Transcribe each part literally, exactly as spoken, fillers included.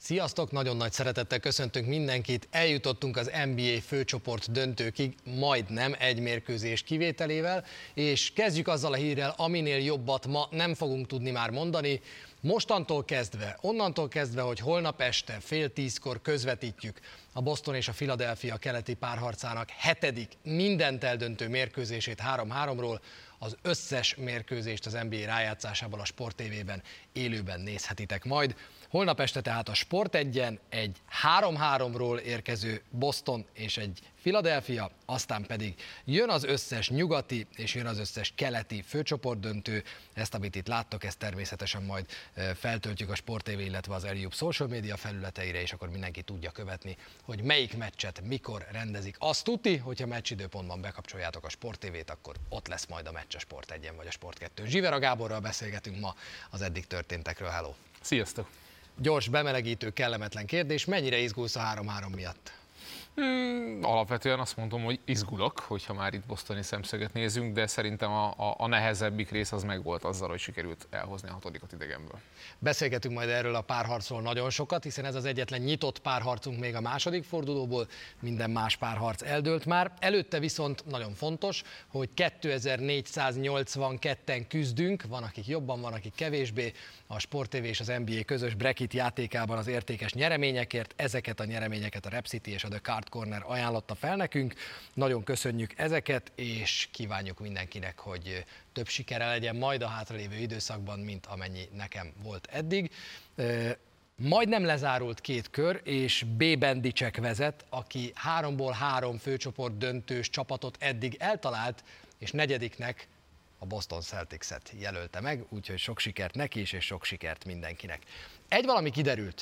Sziasztok! Nagyon nagy szeretettel köszöntünk mindenkit. Eljutottunk az en bé á főcsoport döntőkig, majdnem egy mérkőzés kivételével, és kezdjük azzal a hírrel, aminél jobbat ma nem fogunk tudni már mondani. Mostantól kezdve, onnantól kezdve, hogy holnap este fél tízkor közvetítjük a Boston és a Philadelphia keleti párharcának hetedik mindent eldöntő mérkőzését három-háromról, az összes mérkőzést az en bé á rájátszásából a Sport té vében élőben nézhetitek majd. Holnap este tehát a Sport egyen egy három-háromról érkező Boston és egy Philadelphia, aztán pedig jön az összes nyugati és jön az összes keleti főcsoportdöntő. Ezt, amit itt láttok, ezt természetesen majd feltöltjük a Sport té vé, illetve az Eljub social media felületeire, és akkor mindenki tudja követni, hogy melyik meccset mikor rendezik. Azt tuti, hogyha meccsidőpontban bekapcsoljátok a Sport té vét, akkor ott lesz majd a meccs a Sport egyen vagy a Sport kettőn. Zsivera Gáborral beszélgetünk ma az eddig történtekről. Hello! Sziasztok! Gyors, bemelegítő, kellemetlen kérdés. Mennyire izgulsz a három-három miatt? Hmm, alapvetően azt mondom, hogy izgulok, hogyha már itt bostoni szemszöget nézünk, de szerintem a, a, a nehezebbik rész az megvolt azzal, hogy sikerült elhozni a hatodikat idegenből. Beszélgetünk majd erről a párharcról nagyon sokat, hiszen ez az egyetlen nyitott párharcunk még a második fordulóból, minden más párharc eldőlt már. Előtte viszont nagyon fontos, hogy kétezer-négyszáznyolcvanketten küzdünk, van akik jobban, van akik kevésbé, a Sport té vé és az en bé á közös bracket játékában az értékes nyereményekért. Ezeket a nyereményeket a Rep City és a The Card Corner ajánlotta fel nekünk. Nagyon köszönjük ezeket, és kívánjuk mindenkinek, hogy több sikere legyen majd a hátralévő időszakban, mint amennyi nekem volt eddig. Majdnem lezárult két kör, és B. Bendicek vezet, aki háromból három főcsoport döntős csapatot eddig eltalált, és negyediknek a Boston Celtics-et jelölte meg, úgyhogy sok sikert neki is, és sok sikert mindenkinek. Egy valami kiderült.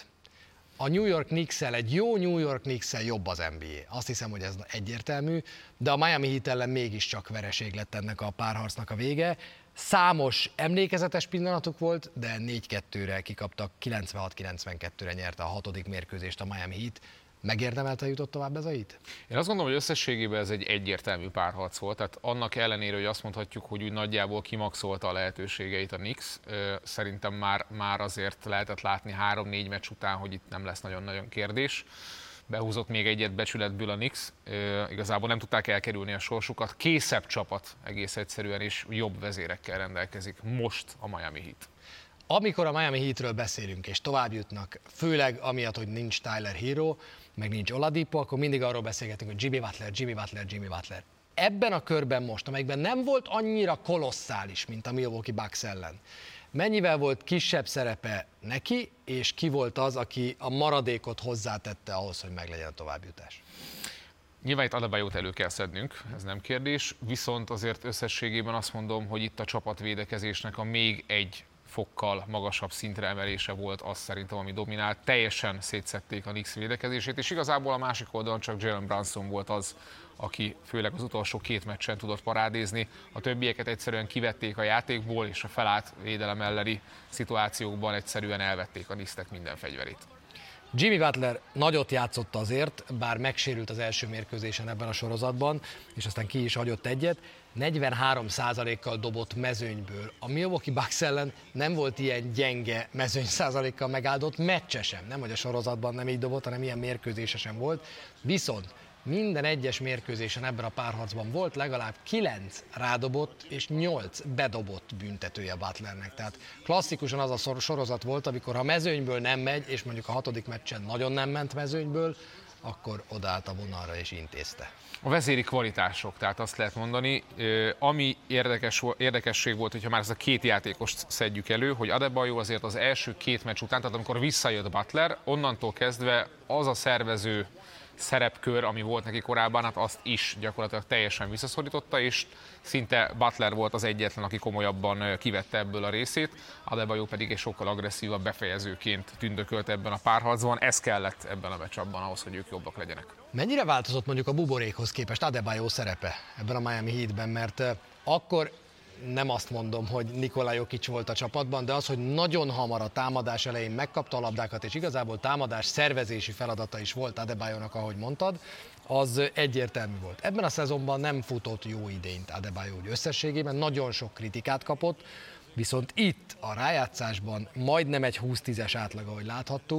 A New York Knicks-el, egy jó New York Knicks-el jobb az en bé á. Azt hiszem, hogy ez egyértelmű, de a Miami Heat ellen mégiscsak vereség lett ennek a párharcnak a vége. Számos emlékezetes pillanatuk volt, de négy kettőre kikaptak, kilencvenhat kilencvenkettőre nyerte a hatodik mérkőzést a Miami Heat. Megérdemelte jutott tovább ez a Heat? Én azt gondolom, hogy összességében ez egy egyértelmű párharc volt, tehát annak ellenére, hogy azt mondhatjuk, hogy úgy nagyjából kimaxolta a lehetőségeit a Knicks, szerintem már, már azért lehetett látni három-négy meccs után, hogy itt nem lesz nagyon-nagyon kérdés. Behúzott még egyet becsületből a Knicks, igazából nem tudták elkerülni a sorsukat, készebb csapat egész egyszerűen, és jobb vezérekkel rendelkezik most a Miami Heat. Amikor a Miami Heatről beszélünk, és tovább jutnak, főleg amiatt, hogy nincs Tyler Hero, meg nincs Oladipo, akkor mindig arról beszélgetünk, hogy Jimmy Butler, Jimmy Butler, Jimmy Butler. Ebben a körben most, amelyikben nem volt annyira kolosszális, mint a Milwaukee Bucks ellen, mennyivel volt kisebb szerepe neki, és ki volt az, aki a maradékot hozzátette ahhoz, hogy meglegyen a továbbjutás? Nyilván itt Adebayót elő kell szednünk, ez nem kérdés, viszont azért összességében azt mondom, hogy itt a csapatvédekezésnek a még egy fokkal magasabb szintre emelése volt az szerintem, ami dominált. Teljesen szétszedték a Knicks védekezését, és igazából a másik oldalon csak Jalen Brunson volt az, aki főleg az utolsó két meccsen tudott parádézni. A többieket egyszerűen kivették a játékból, és a felállt védelem elleni szituációkban egyszerűen elvették a Knicksnek minden fegyverét. Jimmy Butler nagyot játszott azért, bár megsérült az első mérkőzésen ebben a sorozatban, és aztán ki is hagyott egyet, negyvenhárom százalékkal dobott mezőnyből. A Milwaukee Bucks ellen nem volt ilyen gyenge mezőny százalékkal megáldott meccse sem. Nem, hogy a sorozatban nem így dobott, hanem ilyen mérkőzése sem volt. Viszont minden egyes mérkőzésen ebben a párharcban volt legalább kilenc rádobott és nyolc bedobott büntetője Butlernek. Tehát klasszikusan az a sorozat volt, amikor ha mezőnyből nem megy, és mondjuk a hatodik meccsen nagyon nem ment mezőnyből, akkor odaállt a vonalra és intézte. A vezéri kvalitások, tehát azt lehet mondani, ami érdekes, érdekesség volt, hogyha már ezt a két játékost szedjük elő, hogy Adebayo azért az első két meccs után, tehát amikor visszajött Butler, onnantól kezdve az a szervező szerepkör, ami volt neki korábban, hát azt is gyakorlatilag teljesen visszaszorította, és szinte Butler volt az egyetlen, aki komolyabban kivette ebből a részét, Adebayo pedig egy sokkal agresszívabb befejezőként tündökölt ebben a párharcban, ez kellett ebben a meccsabban ahhoz, hogy ők jobbak legyenek. Mennyire változott mondjuk a buborékhoz képest Adebayo szerepe ebben a Miami Heatben, mert akkor nem azt mondom, hogy Nikola Jokic volt a csapatban, de az, hogy nagyon hamar a támadás elején megkapta a labdákat, és igazából támadás szervezési feladata is volt Adebayonak, ahogy mondtad, az egyértelmű volt. Ebben a szezonban nem futott jó idényt Adebayo úgy összességében, nagyon sok kritikát kapott, viszont itt a rájátszásban majdnem egy húsz tízes átlag, ahogy láthattuk,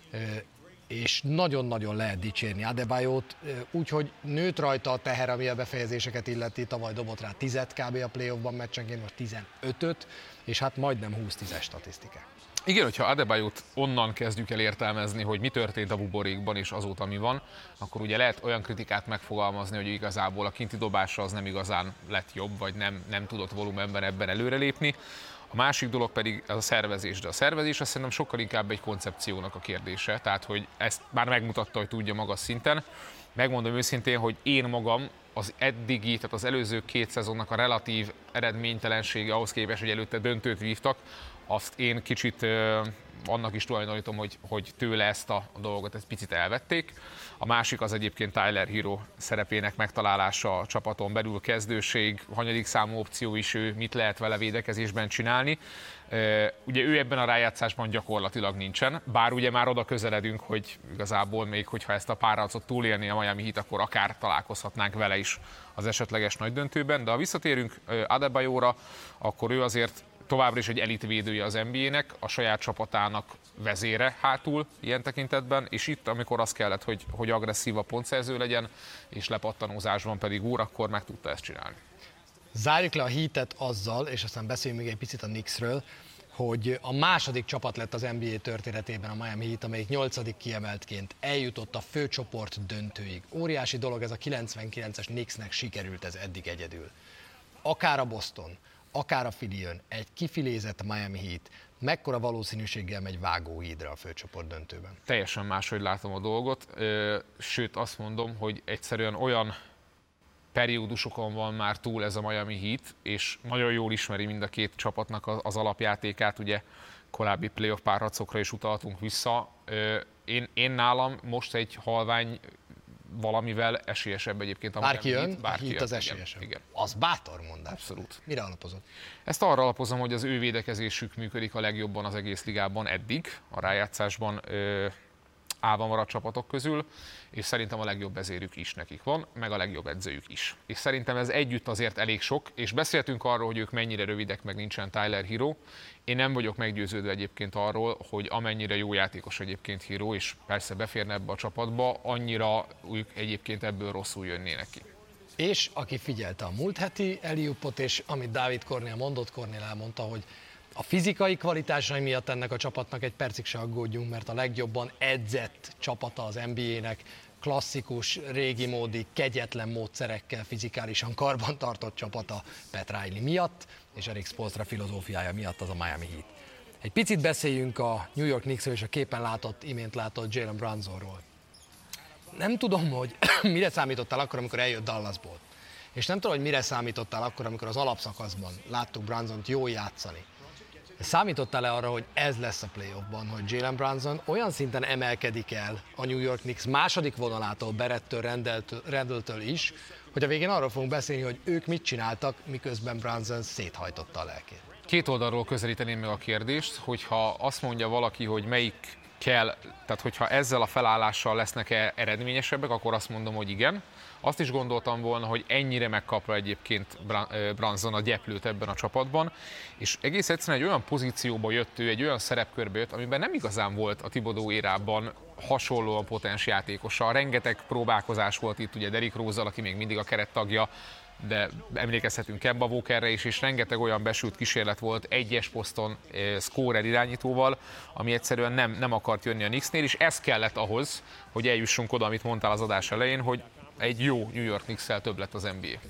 és nagyon-nagyon lehet dicsérni Adebayót, úgyhogy nőtt rajta a teher, ami a befejezéseket illeti, tavaly dobott rá tízet kb. A playoffban meccsenként, most tizenötöt, és hát majdnem húsz tízes statisztikák. Igen, hogyha Adebayót onnan kezdjük el értelmezni, hogy mi történt a buborékban és azóta mi van, akkor ugye lehet olyan kritikát megfogalmazni, hogy igazából a kinti dobása az nem igazán lett jobb, vagy nem, nem tudott volumenben ebben előrelépni. A másik dolog pedig az a szervezés, de a szervezés azt szerintem sokkal inkább egy koncepciónak a kérdése, tehát hogy ezt már megmutatta, hogy tudja magas szinten. Megmondom őszintén, hogy én magam az eddigi, tehát az előző két szezonnak a relatív eredménytelensége ahhoz képest, hogy előtte döntőt vívtak, azt én kicsit uh, annak is tulajdonítom, hogy, hogy tőle ezt a dolgot egy picit elvették. A másik az egyébként Tyler Hero szerepének megtalálása a csapaton belül, kezdőség, hanyadik számú opció is ő, mit lehet vele védekezésben csinálni. Uh, ugye ő ebben a rájátszásban gyakorlatilag nincsen, bár ugye már oda közeledünk, hogy igazából még hogyha ezt a párharcot túlélni a Miami Heat, akkor akár találkozhatnánk vele is az esetleges nagy döntőben, de ha visszatérünk uh, Adebayóra, akkor ő azért továbbra is egy elitvédője az en bé á-nek, a saját csapatának vezére hátul ilyen tekintetben, és itt, amikor az kellett, hogy, hogy agresszív pontszerző legyen, és lepattanózásban pedig úr, akkor meg tudta ezt csinálni. Zárjuk le a Heatet azzal, és aztán beszéljünk még egy picit a Knicksről, hogy a második csapat lett az en bé á történetében a Miami Heat, amelyik nyolcadik kiemeltként eljutott a főcsoport döntőig. Óriási dolog, ez a kilencvenkilences Knicksnek sikerült ez eddig egyedül. Akár a Boston, akár a Philly jön, egy kifilézett Miami Heat, mekkora valószínűséggel megy vágóhídra a főcsoport döntőben? Teljesen máshogy látom a dolgot, sőt azt mondom, hogy egyszerűen olyan periódusokon van már túl ez a Miami Heat, és nagyon jól ismeri mind a két csapatnak az alapjátékát, ugye korábbi playoff párharcokra is utaltunk vissza. Én, én nálam most egy halvány valamivel esélyesebb egyébként a Bárki Miami jön, Heat. Bárki a Heat jön, az esélyesebb. Igen, igen. Az bátor mondás. Abszolút. Mire alapozod? Ezt arra alapozom, hogy az ő védekezésük működik a legjobban az egész ligában eddig, a rájátszásban ö, állva maradt csapatok közül, és szerintem a legjobb vezérük is nekik van, meg a legjobb edzőjük is. És szerintem ez együtt azért elég sok, és beszéltünk arról, hogy ők mennyire rövidek, meg nincsen Tyler Hero. Én nem vagyok meggyőződve egyébként arról, hogy amennyire jó játékos egyébként Hero, és persze beférne ebbe a csapatba, annyira ők egyébként ebből rosszul jönnének ki. És aki figyelte a múlt heti Eliupot, és amit Dávid Kornél mondott, Kornél elmondta, hogy a fizikai kvalitásai miatt ennek a csapatnak egy percig se aggódjunk, mert a legjobban edzett csapata az en bé á-nek, klasszikus, régi módi, kegyetlen módszerekkel fizikálisan karbantartott csapata Pat Riley miatt, és Erik Spoelstra filozófiája miatt az a Miami Heat. Egy picit beszéljünk a New York Knicksről és a képen látott, imént látott Jalen Brunsonról. Nem tudom, hogy mire számítottál akkor, amikor eljött Dallasból. És nem tudom, hogy mire számítottál akkor, amikor az alapszakaszban láttuk Brunsont jól játszani. Számítottál-e arra, hogy ez lesz a playoffban, hogy Jalen Brunson olyan szinten emelkedik el a New York Knicks második vonalától, Barrettől, Randall-től is, hogy a végén arról fogunk beszélni, hogy ők mit csináltak, miközben Brunson széthajtotta a lelkét. Két oldalról közelíteném meg a kérdést, hogyha azt mondja valaki, hogy melyik kell, tehát hogyha ezzel a felállással lesznek-e eredményesebbek, akkor azt mondom, hogy igen. Azt is gondoltam volna, hogy ennyire megkapja egyébként Brunson a gyeplőt ebben a csapatban, és egész egyszerűen egy olyan pozícióba jött ő, egy olyan szerepkörbe jött, amiben nem igazán volt a Thibodeau érában hasonlóan potens játékosa. Rengeteg próbálkozás volt itt, ugye Derrick Rose-zal, aki még mindig a kerettagja, de emlékezhetünk Kemba Walkerre is, és rengeteg olyan besült kísérlet volt egyes poszton eh, scorer irányítóval, ami egyszerűen nem, nem akart jönni a Knicksnél, és ez kellett ahhoz, hogy eljussunk oda, amit mondtál az adás elején, hogy egy jó New York Knicks-szel több lett az en bé á.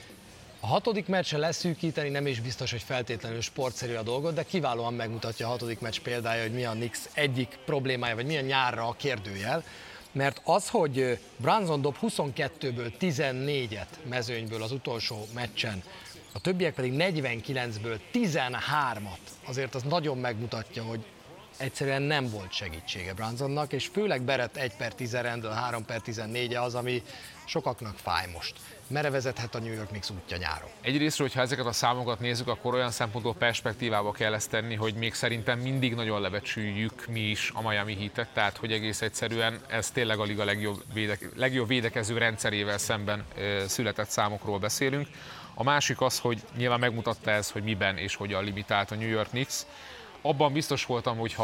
A hatodik meccsen leszűkíteni nem is biztos, hogy feltétlenül sportszerű a dolgot, de kiválóan megmutatja a hatodik meccs példája, hogy mi a Knicks egyik problémája, vagy mi a nyárra a kérdőjel. Mert az, hogy Brunson dob huszonkettőből tizennégyet mezőnyből az utolsó meccsen, a többiek pedig negyvenkilencből tizenhármat, azért az nagyon megmutatja, hogy egyszerűen nem volt segítsége Brunsonnak, és főleg Barrett egy per tíz, Randall három per tizennégy az, ami sokaknak fáj most. Merre vezethet a New York Knicks útja nyáron? Egyrészt, hogyha ezeket a számokat nézzük, akkor olyan szempontból perspektívába kell ezt tenni, hogy még szerintem mindig nagyon lebecsüljük mi is a Miami Heatet, tehát hogy egész egyszerűen ez tényleg a liga legjobb, védeke, legjobb védekező rendszerével szemben e, született számokról beszélünk. A másik az, hogy nyilván megmutatta ez, hogy miben és hogyan limitált a New York Knicks. Abban biztos voltam, hogy ha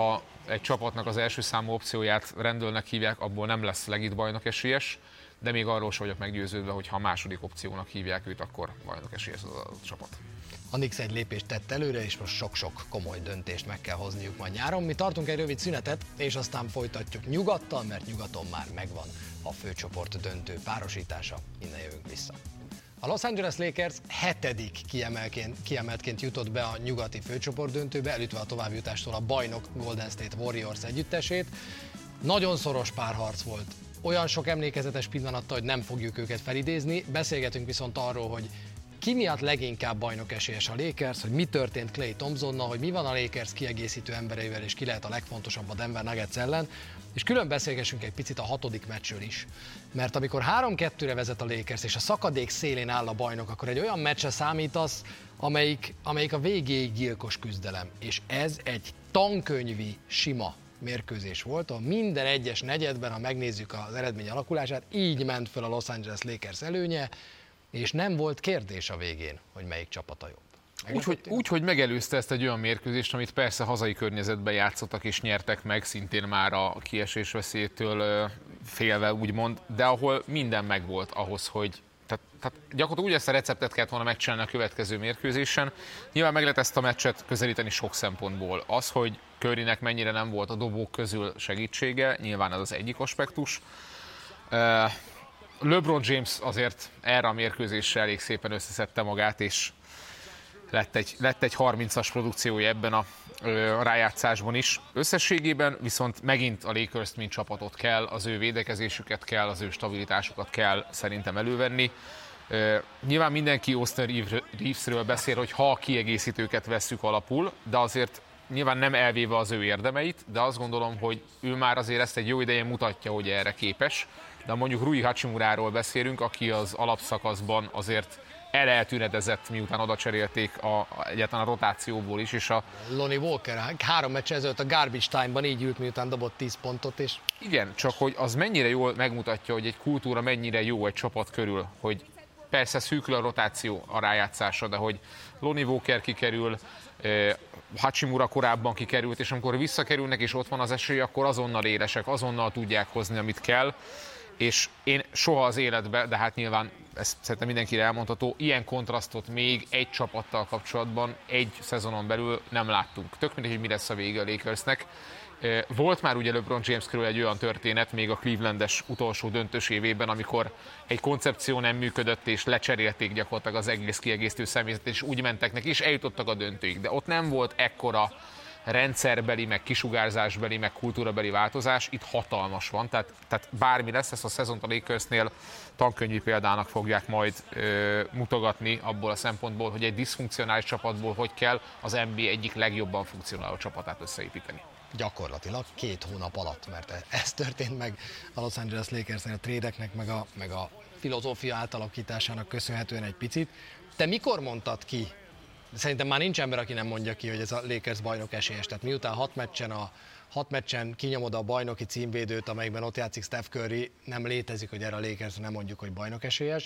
egy csapatnak az első számú opcióját Randallnek hívják, abból nem lesz legit bajnok esélyes, de még arról sem vagyok meggyőződve, hogy ha a második opciónak hívják őt, akkor bajnok esélyes az a csapat. A Knicks egy lépést tett előre, és most sok-sok komoly döntést meg kell hozniuk majd nyáron. Mi tartunk egy rövid szünetet, és aztán folytatjuk nyugattal, mert nyugaton már megvan a főcsoport döntő párosítása. Innen jövünk vissza. A Los Angeles Lakers hetedik kiemeltként jutott be a nyugati főcsoport döntőbe, elütve a továbbjutástól a bajnok Golden State Warriors együttesét. Nagyon szoros párharc volt, olyan sok emlékezetes pillanattal, hogy nem fogjuk őket felidézni. Beszélgetünk viszont arról, hogy ki miatt leginkább bajnok esélyes a Lakers, hogy mi történt Klay Thompsonnal, hogy mi van a Lakers kiegészítő embereivel, és ki lehet a legfontosabb a Denver Nuggets ellen. És külön beszélgessünk egy picit a hatodik meccsről is. Mert amikor három kettőre vezet a Lakers, és a szakadék szélén áll a bajnok, akkor egy olyan meccsre számítasz, amelyik, amelyik a végéig gyilkos küzdelem. És ez egy tankönyvi sima mérkőzés volt, ahol minden egyes negyedben, ha megnézzük az eredmény alakulását, így ment föl a Los Angeles Lakers előnye, és nem volt kérdés a végén, hogy melyik csapata jobb. Úgy hogy, úgy, hogy megelőzte ezt egy olyan mérkőzést, amit persze hazai környezetben játszottak és nyertek meg, szintén már a kiesés veszélytől félve úgymond, de ahol minden megvolt ahhoz, hogy tehát, tehát gyakorlatilag úgy ezt a receptet kellett volna megcsinálni a következő mérkőzésen. Nyilván meg lehet ezt a meccset közelíteni sok szempontból. Az, hogy Currynek mennyire nem volt a dobók közül segítsége, nyilván ez az egyik aspektus. LeBron James azért erre a mérkőzésre elég szépen összeszedte magát, és lett egy, lett egy harmincas produkciója ebben a, a rájátszásban is. Összességében viszont megint a Lakers-t mint csapatot kell, az ő védekezésüket kell, az ő stabilitásukat kell szerintem elővenni. Nyilván mindenki Austin Reevesről beszél, hogy ha a kiegészítőket vesszük alapul, de azért nyilván nem elvéve az ő érdemeit, de azt gondolom, hogy ő már azért ezt egy jó ideje mutatja, hogy erre képes. De mondjuk Rui Hachimuráról beszélünk, aki az alapszakaszban azért eleltűnedezett, miután oda cserélték a, egyáltalán a rotációból is. És a... Lonnie Walker három meccs ezelőtt a garbage time-ban így ült, miután dobott tíz pontot. És... Igen, csak hogy az mennyire jól megmutatja, hogy egy kultúra mennyire jó egy csapat körül, hogy persze szűkül a rotáció a rájátszása, de hogy Lonnie Walker kikerül, eh, Hachimura korábban kikerült, és amikor visszakerülnek és ott van az esély, akkor azonnal élesek, azonnal tudják hozni, amit kell. És én soha az életben, de hát nyilván ezt szerintem mindenkire elmondható, ilyen kontrasztot még egy csapattal kapcsolatban egy szezonon belül nem láttunk. Tök mindegy, hogy mi lesz a vége a Lakersnek. Volt már ugye LeBron James körül egy olyan történet még a Clevelandes utolsó döntős évében, amikor egy koncepció nem működött, és lecserélték gyakorlatilag az egész kiegészítő személyzetet, és úgy mentek neki, és eljutottak a döntőig. De ott nem volt ekkora rendszerbeli, meg kisugárzásbeli, meg kultúrabeli változás, itt hatalmas van, tehát, tehát bármi lesz, ezt a szezont a Lakersnél tankönyvi példának fogják majd ö, mutogatni abból a szempontból, hogy egy diszfunkcionális csapatból hogy kell az en bé á egyik legjobban funkcionáló csapatát összeépíteni. Gyakorlatilag két hónap alatt, mert ez történt meg a Los Angeles Lakersnél, a trédeknek, meg a, meg a filozófia átalakításának köszönhetően egy picit. Te mikor mondtad ki? Szerintem már nincs ember, aki nem mondja ki, hogy ez a Lakers bajnok esélyes. Tehát miután hat meccsen, a, hat meccsen kinyomod a bajnoki címvédőt, amelyikben ott játszik Steph Curry, nem létezik, hogy erre a Lakers nem mondjuk, hogy bajnok esélyes.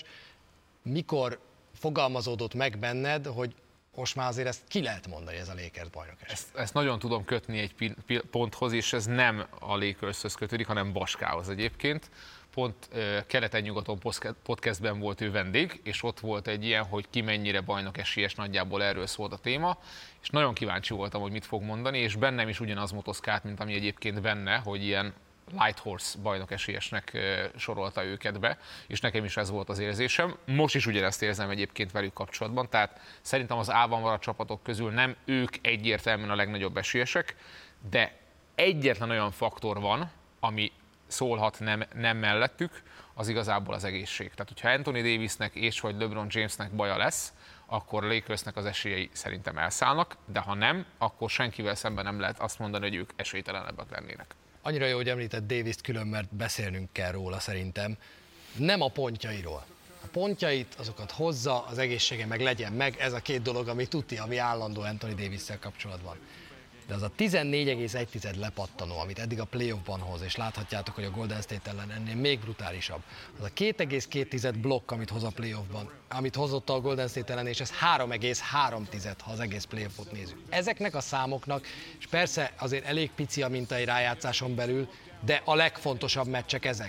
Mikor fogalmazódott meg benned, hogy most már azért ezt ki lehet mondani, ez a Lakers bajnok esélyes? Ezt, ezt nagyon tudom kötni egy ponthoz, és ez nem a Lakershoz kötődik, hanem Baskához egyébként. Pont uh, Keleten-nyugaton podcastben volt ő vendég, és ott volt egy ilyen, hogy ki mennyire bajnok esélyes, nagyjából erről szólt a téma, és nagyon kíváncsi voltam, hogy mit fog mondani, és bennem is ugyanaz motoszkált, mint ami egyébként benne, hogy ilyen light horse bajnok esélyesnek uh, sorolta őket be, és nekem is ez volt az érzésem. Most is ugyanezt érzem egyébként velük kapcsolatban, tehát szerintem az A-ban maradt csapatok közül nem ők egyértelműen a legnagyobb esélyesek, de egyetlen olyan faktor van, ami szólhat nem, nem mellettük, az igazából az egészség. Tehát, hogyha Anthony Davisnek és vagy LeBron Jamesnek baja lesz, akkor Lakersnek az esélyei szerintem elszállnak, de ha nem, akkor senkivel szemben nem lehet azt mondani, hogy ők esélytelenebbek lennének. Annyira jó, hogy említett Davist külön, mert beszélnünk kell róla szerintem. Nem a pontjairól. A pontjait, azokat hozza, az egészsége meg legyen meg, ez a két dolog, ami tuti, ami állandó Anthony Davis-szel kapcsolatban. de az a tizennégy egész egy lepattanó, amit eddig a playoffban hoz, és láthatjátok, hogy a Golden State ellen ennél még brutálisabb, az a két egész két blokk, amit hoz a playoffban, amit hozott a Golden State ellen, és ez három egész három, ha az egész playoffot nézzük. Ezeknek a számoknak, és persze azért elég pici a minta egy rájátszáson belül, de a legfontosabb meccsek ezek.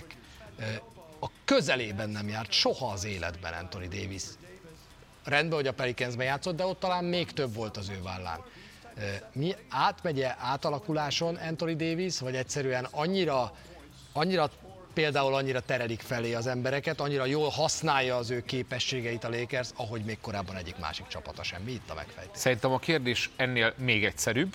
A közelében nem járt soha az életben Anthony Davis. Rendben, hogy a Pelicansben játszott, de ott talán még több volt az ő vállán. Mi átmegye átalakuláson Anthony Davis, vagy egyszerűen annyira, annyira például annyira terelik felé az embereket, annyira jól használja az ő képességeit a Lakers, ahogy még korábban egyik másik csapata sem. Mi itt a megfejtés? Szerintem a kérdés ennél még egyszerűbb,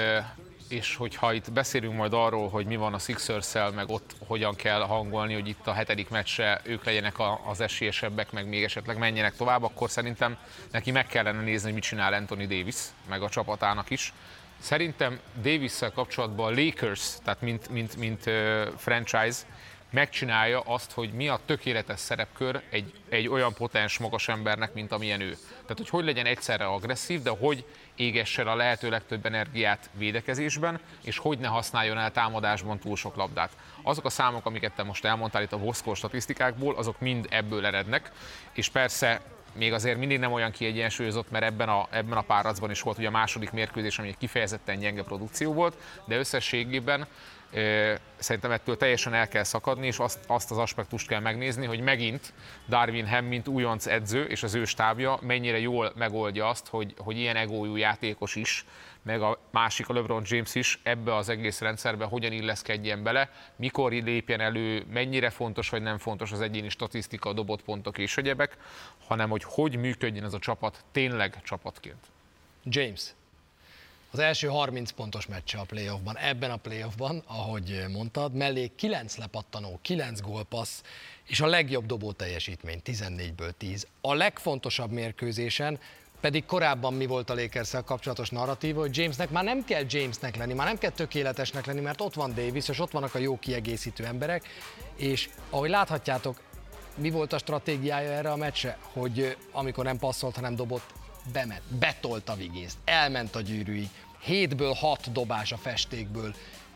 és hogyha itt beszélünk majd arról, hogy mi van a Sixers-szel, meg ott hogyan kell hangolni, hogy itt a hetedik meccsre ők legyenek az esélyesebbek, meg még esetleg menjenek tovább, akkor szerintem neki meg kellene nézni, hogy mit csinál Anthony Davis, meg a csapatának is. Szerintem Davis-szel kapcsolatban a Lakers, tehát mint, mint, mint uh, franchise, megcsinálja azt, hogy mi a tökéletes szerepkör egy, egy olyan potens magas embernek, mint amilyen ő. Tehát, hogy hogy legyen egyszerre agresszív, de hogy égessen a lehető legtöbb energiát védekezésben, és hogy ne használjon el támadásban túl sok labdát. Azok a számok, amiket te most elmondtál itt a box-score statisztikákból, azok mind ebből erednek, és persze még azért mindig nem olyan kiegyensúlyozott, mert ebben a, ebben a párharcban is volt ugye a második mérkőzés, ami egy kifejezetten gyenge produkció volt, de összességében szerintem ettől teljesen el kell szakadni, és azt, azt az aspektust kell megnézni, hogy megint Darvin Ham, mint újonc edző, és az ő stábja mennyire jól megoldja azt, hogy, hogy ilyen egójú játékos is, meg a másik, a LeBron James is ebbe az egész rendszerbe hogyan illeszkedjen bele, mikor lépjen elő, mennyire fontos vagy nem fontos az egyéni statisztika, a dobott pontok és egyebek, hanem hogy hogy működjön ez a csapat tényleg csapatként. James. Az első harminc pontos meccse a playoffban, ebben a playoffban, ahogy mondtad, mellé kilenc lepattanó, kilenc gólpassz, és a legjobb dobó teljesítmény, tizennégyből tíz. A legfontosabb mérkőzésen pedig korábban mi volt a Lakers-szel kapcsolatos narratíva, hogy Jamesnek már nem kell Jamesnek lenni, már nem kell tökéletesnek lenni, mert ott van Davis, és ott vannak a jó kiegészítő emberek, és ahogy láthatjátok, mi volt a stratégiája erre a meccsre, hogy amikor nem passzolt, hanem dobott, bement, betolta Wigginst, elment a gyűrűig, hétből hat dobás a festékből.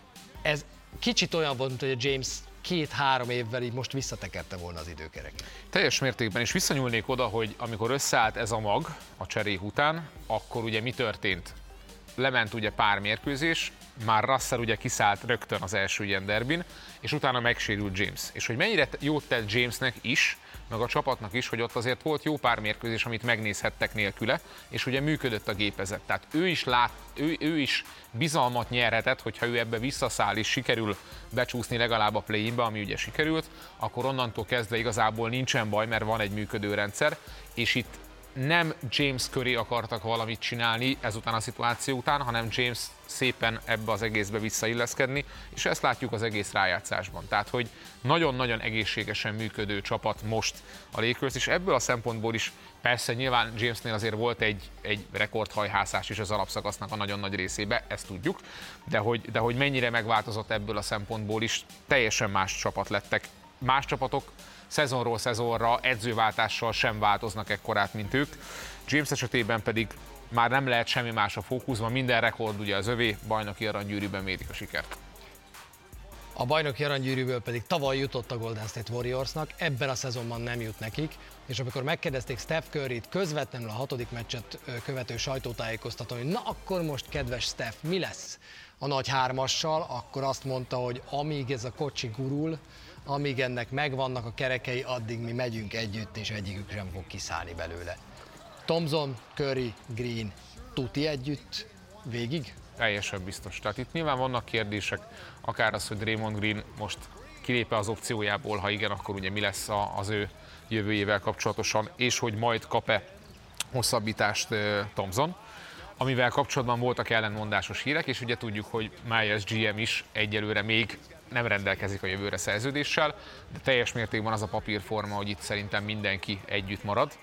Ez kicsit olyan volt, hogy a James két-három évvel így most visszatekerte volna az időkereket. Teljes mértékben, és visszanyúlnék oda, hogy amikor összeállt ez a mag a cserék után, akkor ugye mi történt? Lement ugye pár mérkőzés, már Russell ugye kiszállt rögtön az első ilyen derbin, és utána megsérült James. És hogy mennyire jót tett Jamesnek is, meg a csapatnak is, hogy ott azért volt jó pár mérkőzés, amit megnézhettek nélküle, és ugye működött a gépezet. Tehát ő is, lát, ő, ő is bizalmat nyerhetett, hogyha ő ebbe visszaszáll és sikerül becsúszni legalább a play-inbe, ami ugye sikerült, akkor onnantól kezdve igazából nincsen baj, mert van egy működő rendszer, és itt nem James köré akartak valamit csinálni ezután a szituáció után, hanem James szépen ebbe az egészbe visszailleszkedni, és ezt látjuk az egész rájátszásban. Tehát, hogy nagyon-nagyon egészségesen működő csapat most a Lakers, és ebből a szempontból is persze nyilván Jamesnél azért volt egy, egy rekordhajhászás is az alapszakasznak a nagyon nagy részébe, ezt tudjuk, de hogy, de hogy mennyire megváltozott ebből a szempontból is, teljesen más csapat lettek. Más csapatok szezonról szezonra edzőváltással sem változnak ekkorát, mint ők. James esetében pedig már nem lehet semmi más a fókuszban, minden rekord ugye az övé, bajnoki aranygyűrűben mérik a sikert. A bajnoki aranygyűrűből pedig tavaly jutott a Golden State Warriorsnak, ebben a szezonban nem jut nekik, és amikor megkérdezték Steph Curryt közvetlenül a hatodik meccset követő sajtótájékoztatón, hogy na akkor most kedves Steph, mi lesz a nagy hármassal, akkor azt mondta, hogy amíg ez a kocsi gurul, amíg ennek megvannak a kerekei, addig mi megyünk együtt, és egyikük sem fog kiszállni belőle. Thompson, Curry, Green, tuti együtt, végig? Teljesen biztos. Tehát itt nyilván vannak kérdések, akár az, hogy Draymond Green most kilép-e az opciójából, ha igen, akkor ugye mi lesz az ő jövőjével kapcsolatosan, és hogy majd kap-e hosszabbítást Thompson, amivel kapcsolatban voltak ellenmondásos hírek, és ugye tudjuk, hogy Myers gé em is egyelőre még nem rendelkezik a jövőre szerződéssel, de teljes mértékben az a papírforma, hogy itt szerintem mindenki együtt marad,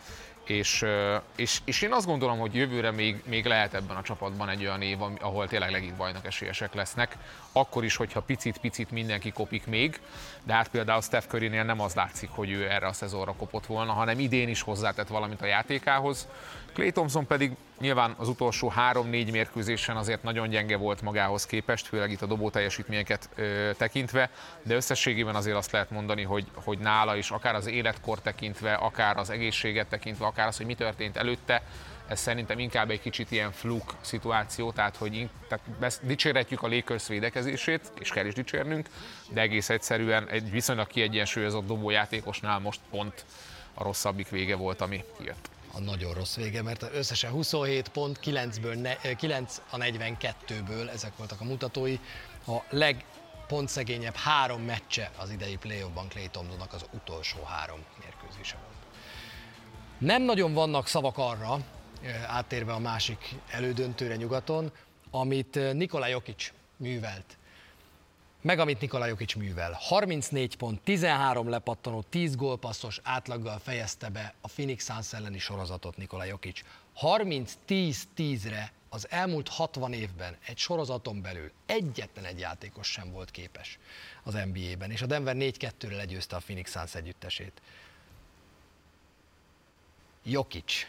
És, és, és én azt gondolom, hogy jövőre még, még lehet ebben a csapatban egy olyan év, ahol tényleg legit bajnok esélyesek lesznek, akkor is, hogyha picit-picit mindenki kopik még, de hát például Steph Currynél nem az látszik, hogy ő erre a szezonra kopott volna, hanem idén is hozzátett valamit a játékához. Klay Thompson pedig nyilván az utolsó három-négy mérkőzésen azért nagyon gyenge volt magához képest, főleg itt a dobó teljesítményeket ö, tekintve, de összességében azért azt lehet mondani, hogy, hogy nála is, akár az életkor tekintve, akár az egészséget tekintve, akár az, hogy mi történt előtte, ez szerintem inkább egy kicsit ilyen fluk szituáció, tehát hogy tehát dicsérhetjük a Lakers védekezését, és kell is dicsérnünk, de egész egyszerűen egy viszonylag kiegyensúlyozott dobójátékosnál most pont a rosszabbik vége volt, ami kijött. A nagyon rossz vége, mert összesen huszonhét pont, kilencből ne, kilenc a negyvenkettőből, ezek voltak a mutatói. A legpontszegényebb három meccse az idei playoffban Klay Thompsonnak az utolsó három mérkőzése volt. Nem nagyon vannak szavak arra, áttérve a másik elődöntőre nyugaton, amit Nikola Jokic művelt. Meg amit Nikola Jokic művel. harmincnégy pont, tizenhárom lepattanó, tíz gólpasszos átlaggal fejezte be a Phoenix Suns elleni sorozatot Nikola Jokic. harminc tíz tízre az elmúlt hatvan évben egy sorozaton belül egyetlen egy játékos sem volt képes az en bé á-ben, és a Denver négy kettőre legyőzte a Phoenix Suns együttesét. Jokic.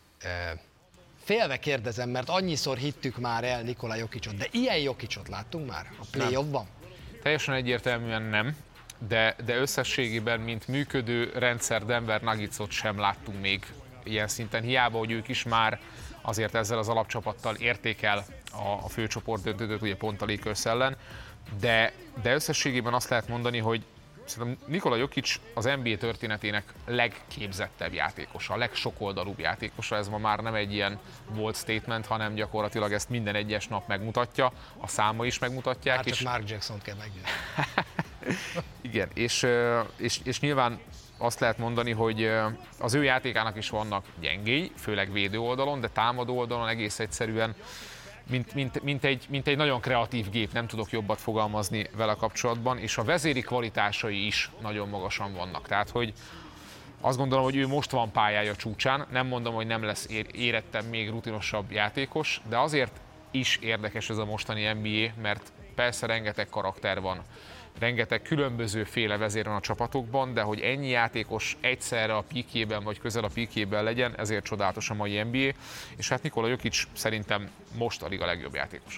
Félve kérdezem, mert annyiszor hittük már el Nikola Jokicot, de ilyen Jokicot láttunk már a playoffban? Teljesen egyértelműen nem, de, de összességében, mint működő rendszer Denver Nuggetsot sem láttunk még ilyen szinten. Hiába, hogy ők is már azért ezzel az alapcsapattal érték el a, a főcsoport döntőt, ugye pont a Lakers ellen, de, de összességében azt lehet mondani, hogy szerintem Nikola Jokic az en bé á történetének legképzettebb játékosa, a legsokoldalúbb játékosa. Ez ma már nem egy ilyen bold statement, hanem gyakorlatilag ezt minden egyes nap megmutatja, a száma is megmutatják. Hát csak és... Mark Jackson-t kell meggyőzni. Igen, és, és, és nyilván azt lehet mondani, hogy az ő játékának is vannak gyengéi, főleg védő oldalon, de támadó oldalon egész egyszerűen Mint, mint, mint, egy, mint egy nagyon kreatív gép, nem tudok jobbat fogalmazni vele kapcsolatban, és a vezéri kvalitásai is nagyon magasan vannak. Tehát, hogy azt gondolom, hogy ő most van pályája csúcsán, nem mondom, hogy nem lesz érettebb, még rutinosabb játékos, de azért is érdekes ez a mostani en bé á, mert persze rengeteg karakter van, rengeteg különböző féle vezér van a csapatokban, de hogy ennyi játékos egyszerre a píkjében vagy közel a píkjében legyen, ezért csodálatos a mai en bé á, és hát Nikola Jokic szerintem most a liga legjobb játékosa.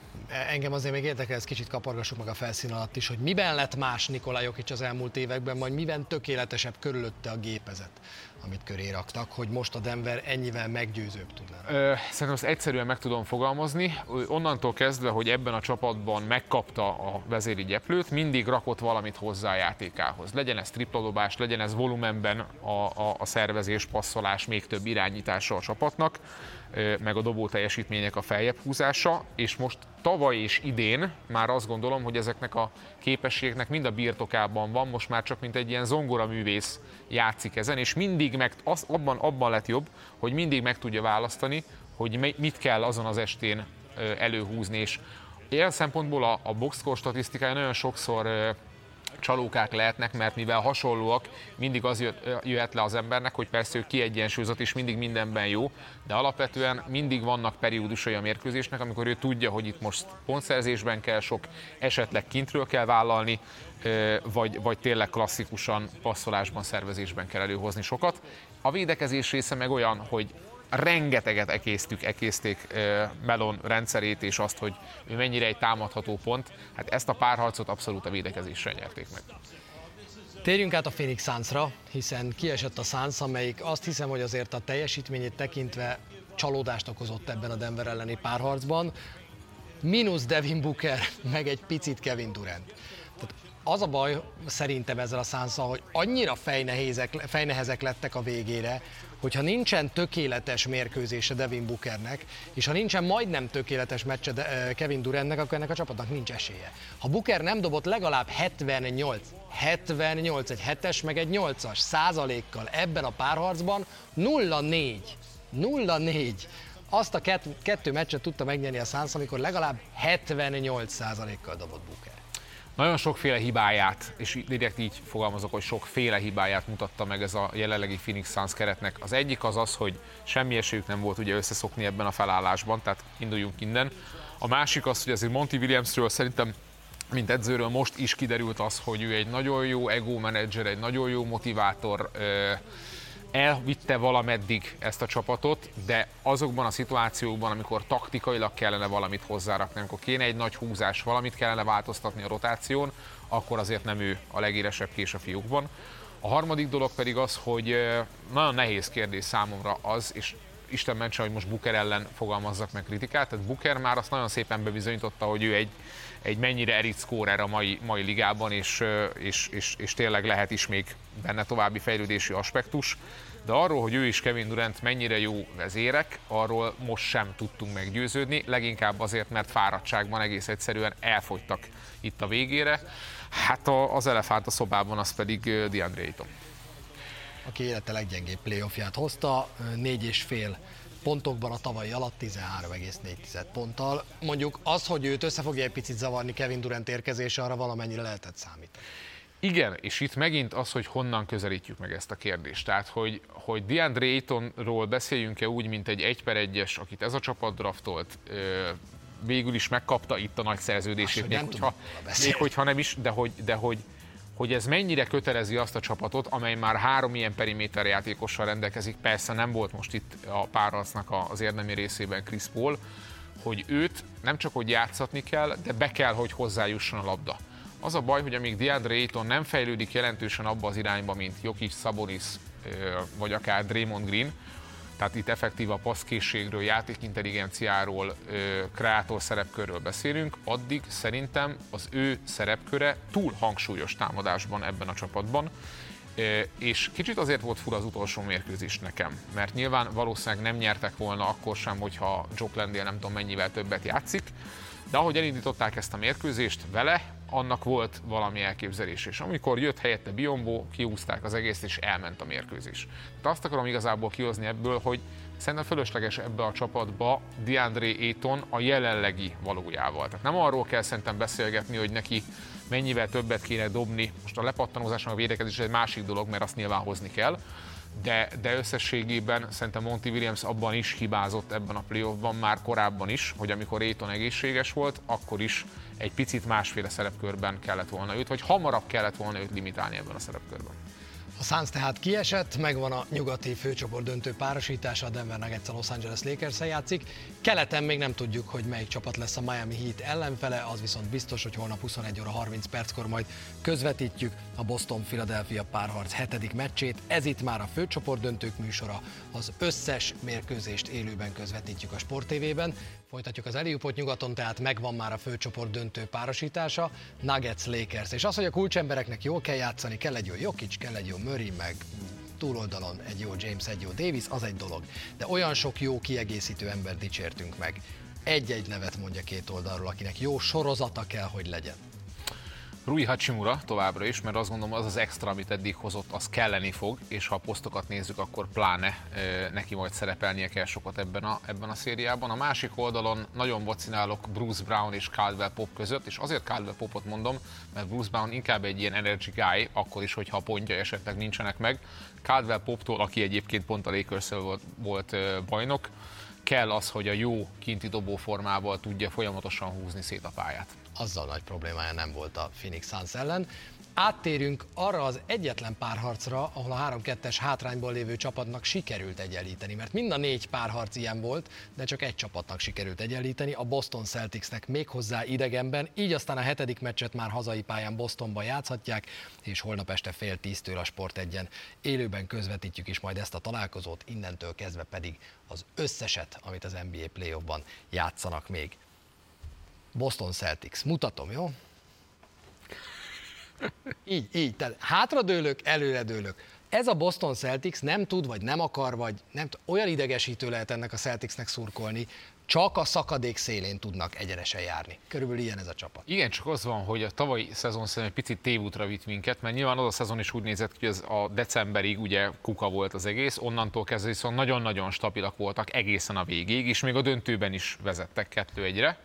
Engem azért még érdekel, ezt kicsit kapargassuk meg a felszín alatt is, hogy miben lett más Nikola Jokic az elmúlt években, majd miben tökéletesebb körülötte a gépezet, amit köré raktak, hogy most a Denver ennyivel meggyőzőbb tud lenni. Ö, szerintem azt egyszerűen meg tudom fogalmazni. Onnantól kezdve, hogy ebben a csapatban megkapta a vezéri gyeplőt, mindig rakott valamit hozzá a játékához. Legyen ez tripladobás, legyen ez volumenben a, a, a szervezés, passzolás, még több irányítása a csapatnak, meg a dobó teljesítmények a feljebb húzása, és most tavaly és idén már azt gondolom, hogy ezeknek a képességeknek mind a birtokában van, most már csak mint egy ilyen zongoraművész játszik ezen, és mindig meg, az, abban, abban lett jobb, hogy mindig meg tudja választani, hogy mit kell azon az estén előhúzni, és ilyen szempontból a, a boxscore statisztikája nagyon sokszor csalókák lehetnek, mert mivel hasonlóak, mindig az jöhet le az embernek, hogy persze ő kiegyensúlyozott és mindig mindenben jó, de alapvetően mindig vannak periódusai a mérkőzésnek, amikor ő tudja, hogy itt most pontszerzésben kell sok, esetleg kintről kell vállalni, vagy, vagy tényleg klasszikusan passzolásban, szervezésben kell előhozni sokat. A védekezés része meg olyan, hogy rengeteget ekésztük, ekészték Melon rendszerét, és azt, hogy ő mennyire egy támadható pont. Hát ezt a párharcot abszolút a védekezésre nyerték meg. Térjünk át a Phoenix Sunsra, hiszen kiesett a Suns, amelyik azt hiszem, hogy azért a teljesítményét tekintve csalódást okozott ebben a Denver elleni párharcban. Mínusz Devin Booker, meg egy picit Kevin Durant. Tehát az a baj szerintem ezzel a Sunsszal, hogy annyira fejnehezek, fejnehezek lettek a végére, hogyha nincsen tökéletes mérkőzése Devin Bookernek, és ha nincsen majdnem tökéletes meccse Kevin Durantnek, akkor ennek a csapatnak nincs esélye. Ha Booker nem dobott legalább hetvennyolc, hetvennyolc, egy hetes meg egy nyolcas százalékkal ebben a párharcban, nulla négy, nulla négy. Azt a kett, kettő meccset tudta megnyerni a Suns, amikor legalább hetvennyolc százalékkal dobott Booker. Nagyon sokféle hibáját, és direkt így fogalmazok, hogy sokféle hibáját mutatta meg ez a jelenlegi Phoenix Suns keretnek. Az egyik az az, hogy semmi esélyük nem volt ugye összeszokni ebben a felállásban, tehát induljunk innen. A másik az, hogy azért Monty Williamsről szerintem, mint edzőről most is kiderült az, hogy ő egy nagyon jó ego menedzser, egy nagyon jó motivátor, elvitte valameddig ezt a csapatot, de azokban a szituációkban, amikor taktikailag kellene valamit hozzárakni, amikor kéne egy nagy húzás, valamit kellene változtatni a rotáción, akkor azért nem ő a legéresebb kés a fiúkban. A harmadik dolog pedig az, hogy nagyon nehéz kérdés számomra az, és Isten mentse, hogy most Booker ellen fogalmazzak meg kritikát, tehát Booker már azt nagyon szépen bebizonyította, hogy ő egy, egy mennyire elit scorer a mai, mai ligában, és, és, és, és tényleg lehet is még benne további fejlődési aspektus, de arról, hogy ő és Kevin Durant mennyire jó vezérek, arról most sem tudtunk meggyőződni, leginkább azért, mert fáradtságban egész egyszerűen elfogytak itt a végére. Hát az elefánt a szobában, az pedig DeAndre Ayton, aki élete leggyengébb playoffját hozta, négy és fél pontokban a tavalyi alatt tizenhárom egész négy ponttal. Mondjuk az, hogy őt össze fogja egy picit zavarni Kevin Durant érkezése, arra valamennyire lehetett számítani. Igen, és itt megint az, hogy honnan közelítjük meg ezt a kérdést. Tehát, hogy, hogy DeAndre Aytonról beszéljünk-e úgy, mint egy egy per egyes, akit ez a csapat draftolt, végül is megkapta itt a nagy szerződését, még hogyha, még hogyha nem is, de hogy, de hogy hogy ez mennyire kötelezi azt a csapatot, amely már három ilyen periméter játékossal rendelkezik, persze nem volt most itt a párharcnak az érdemi részében Chris Paul, hogy őt nem csak hogy játszatni kell, de be kell, hogy hozzájusson a labda. Az a baj, hogy amíg DeAndre Ayton nem fejlődik jelentősen abba az irányba, mint Jokic, Sabonis vagy akár Draymond Green, tehát itt effektív a passzkészségről, játékintelligenciáról, kreátor szerepkörről beszélünk, addig szerintem az ő szerepköre túl hangsúlyos támadásban ebben a csapatban, és kicsit azért volt fura az utolsó mérkőzés nekem, mert nyilván valószínűleg nem nyertek volna akkor sem, hogyha Jock Landale nem tudom mennyivel többet játszik, de ahogy elindították ezt a mérkőzést vele, annak volt valami elképzelés, és amikor jött helyette Biyombo, kiúzták az egész, és elment a mérkőzés. De azt akarom igazából kihozni ebből, hogy szerintem fölösleges ebbe a csapatba DeAndre Ayton a jelenlegi valójával. Tehát nem arról kell szerintem beszélgetni, hogy neki mennyivel többet kéne dobni. Most a lepattanózásnak a védekezés egy másik dolog, mert azt nyilván hozni kell. De, de összességében szerintem Monty Williams abban is hibázott ebben a playoffban, már korábban is, hogy amikor Ayton egészséges volt, akkor is egy picit másféle szerepkörben kellett volna őt, vagy hamarabb kellett volna őt limitálni ebben a szerepkörben. A Suns tehát kiesett, megvan a nyugati főcsoport döntő párosítása, a Denver Nuggets a Los Angeles Lakers-szel játszik. Keleten még nem tudjuk, hogy melyik csapat lesz a Miami Heat ellenfele, az viszont biztos, hogy holnap huszonegy óra harminc perckor majd közvetítjük a Boston-Philadelphia párharc hetedik meccsét. Ez itt már a főcsoport döntők műsora, az összes mérkőzést élőben közvetítjük a Sport té vében. Folytatjuk az Eliupot nyugaton, tehát megvan már a főcsoport döntő párosítása, Nuggets Lakers. És az, hogy a kulcsembereknek jól kell játszani, kell egy jó Jokic, kell egy jó Murray, meg túloldalon egy jó James, egy jó Davis, az egy dolog. De olyan sok jó kiegészítő embert dicsértünk meg. Egy-egy nevet mondja két oldalról, akinek jó sorozata kell, hogy legyen. Rui Hachimura továbbra is, mert azt gondolom, az az extra, amit eddig hozott, az kelleni fog, és ha a posztokat nézzük, akkor pláne e, neki majd szerepelnie kell sokat ebben a, ebben a szériában. A másik oldalon nagyon vacinálok Bruce Brown és Caldwell Pope között, és azért Caldwell Popot mondom, mert Bruce Brown inkább egy ilyen energy guy, akkor is, hogyha a pontjai esetleg nincsenek meg. Caldwell Poptól, aki egyébként pont a Lakers-szel volt, volt e, bajnok, kell az, hogy a jó kinti dobóformával tudja folyamatosan húzni szét a pályát. Azzal nagy problémája nem volt a Phoenix Suns ellen. Áttérünk arra az egyetlen párharcra, ahol a három kettes hátrányból lévő csapatnak sikerült egyenlíteni, mert mind a négy párharc ilyen volt, de csak egy csapatnak sikerült egyenlíteni, a Boston Celticsnek méghozzá idegenben, így aztán a hetedik meccset már hazai pályán Bostonban játszhatják, és holnap este fél tíztől a Sport egyen élőben közvetítjük is majd ezt a találkozót, innentől kezdve pedig az összeset, amit az en bé á playoffban játszanak még. Boston Celtics. Mutatom, jó? Így, így. Tehát hátradőlök, előredőlök. Ez a Boston Celtics nem tud, vagy nem akar, vagy nem tud, olyan idegesítő lehet ennek a Celticsnek szurkolni, csak a szakadék szélén tudnak egyenesen járni. Körülbelül ilyen ez a csapat. Igen, csak az van, hogy a tavalyi szezon szerintem egy picit tévútra vitt minket, mert nyilván az a szezon is úgy nézett ki, hogy ez a decemberig ugye kuka volt az egész, onnantól kezdve viszont nagyon-nagyon stabilak voltak egészen a végéig, és még a döntőben is vezettek kettő egyre.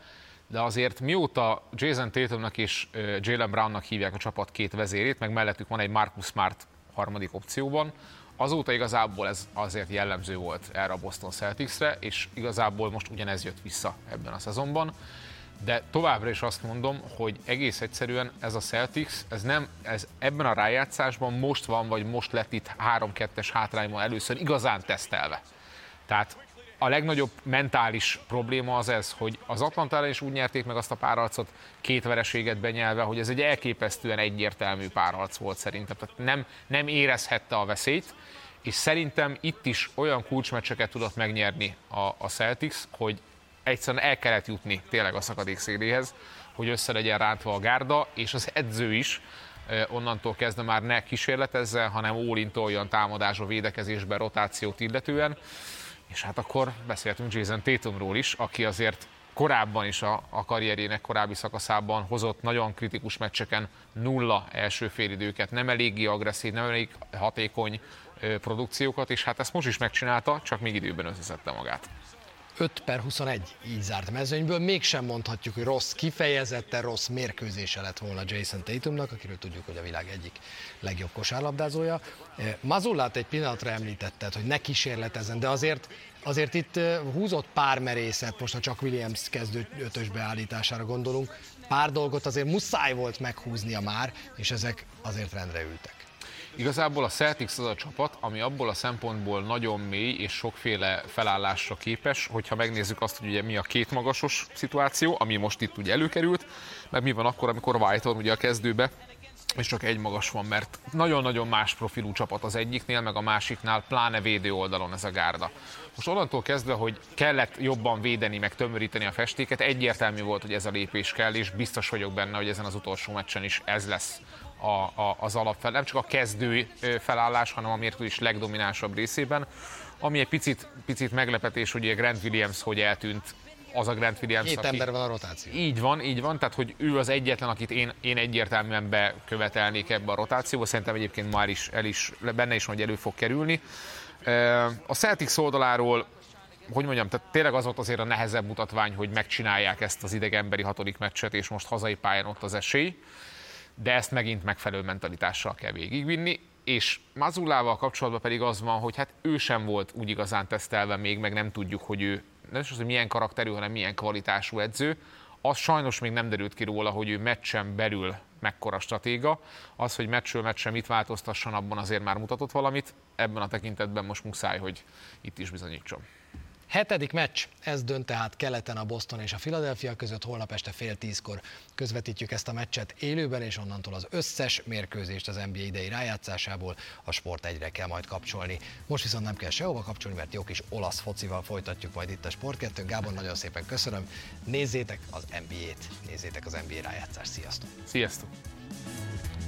de azért mióta Jason Tatumnak és Jaylen Brownnak hívják a csapat két vezérét, meg mellettük van egy Marcus Smart harmadik opcióban, azóta igazából ez azért jellemző volt erre a Boston Celticsre, és igazából most ugyanez jött vissza ebben a szezonban. De továbbra is azt mondom, hogy egész egyszerűen ez a Celtics, ez nem, ez ebben a rájátszásban most van, vagy most lett itt három kettes hátrányban először igazán tesztelve. Tehát a legnagyobb mentális probléma az ez, hogy az Atlantára is úgy nyerték meg azt a párharcot, két vereséget benyelve, hogy ez egy elképesztően egyértelmű párharc volt szerintem. Tehát nem, nem érezhette a veszélyt, és szerintem itt is olyan kulcsmeccseket tudott megnyerni a, a Celtics, hogy egyszerűen el kellett jutni tényleg a szakadék széléhez, hogy össze legyen rántva a gárda, és az edző is onnantól kezdve már ne kísérletezzen, hanem all-in-toljon támadásba, védekezésbe, rotációt illetően. És hát akkor beszéltünk Jason Tatumról is, aki azért korábban is a, a karrierjének korábbi szakaszában hozott nagyon kritikus meccseken nulla első félidőket, nem eléggé agresszív, nem elég hatékony ö, produkciókat, és hát ezt most is megcsinálta, csak még időben összeszedte magát. öt per huszonegy így zárt mezőnyből, mégsem mondhatjuk, hogy rossz, kifejezetten rossz mérkőzése lett volna Jason Tatumnak, akiről tudjuk, hogy a világ egyik legjobb kosárlabdázója. Mazullát egy pillanatra említetted, hogy ne kísérletezzen, de azért, azért itt húzott pár merészet, most ha csak Williams kezdő ötös beállítására gondolunk, pár dolgot azért muszáj volt meghúznia már, és ezek azért rendre ültek. Igazából a Celtics az a csapat, ami abból a szempontból nagyon mély és sokféle felállásra képes, hogyha megnézzük azt, hogy ugye mi a két magasos szituáció, ami most itt ugye előkerült, meg mi van akkor, amikor White-on ugye a kezdőbe, és csak egy magas van, mert nagyon-nagyon más profilú csapat az egyiknél, meg a másiknál, pláne védő oldalon ez a gárda. Most onnantól kezdve, hogy kellett jobban védeni, meg tömöríteni a festéket, egyértelmű volt, hogy ez a lépés kell, és biztos vagyok benne, hogy ezen az utolsó meccsen is ez lesz A, a, az alapfel, nem csak a kezdő felállás, hanem a mérkőzés is legdominánsabb részében. Ami egy picit, picit meglepetés, hogy Grant Williams hogy eltűnt, az a Grant Williams, Két aki... ember van a rotáció. Így van, így van, tehát hogy ő az egyetlen, akit én, én egyértelműen bekövetelnék ebbe a rotációba, szerintem egyébként már is, el is, benne is majd elő fog kerülni. A Celtics oldaláról, hogy mondjam, tehát tényleg az volt azért a nehezebb mutatvány, hogy megcsinálják ezt az idegenberi hatodik meccset, és most hazai pályán ott az esély. De ezt megint megfelelő mentalitással kell végigvinni, és Mazullával kapcsolatban pedig az van, hogy hát ő sem volt úgy igazán tesztelve még, meg nem tudjuk, hogy ő nem is az, hogy milyen karakterű, hanem milyen kvalitású edző. Az sajnos még nem derült ki róla, hogy ő meccsen belül mekkora stratéga. Az, hogy meccsről meccsre mit változtasson, abban azért már mutatott valamit. Ebben a tekintetben most muszáj, hogy itt is bizonyítson. Hetedik meccs, ez dönt tehát keleten a Boston és a Philadelphia között, holnap este fél tízkor közvetítjük ezt a meccset élőben, és onnantól az összes mérkőzést az en bé á idei rájátszásából a Sport egyre kell majd kapcsolni. Most viszont nem kell sehova kapcsolni, mert jó kis olasz focival folytatjuk majd itt a Sport kettőn. Gábor, nagyon szépen köszönöm, nézzétek az en bé á-t, nézzétek az en bé á rájátszást, sziasztok! Sziasztok!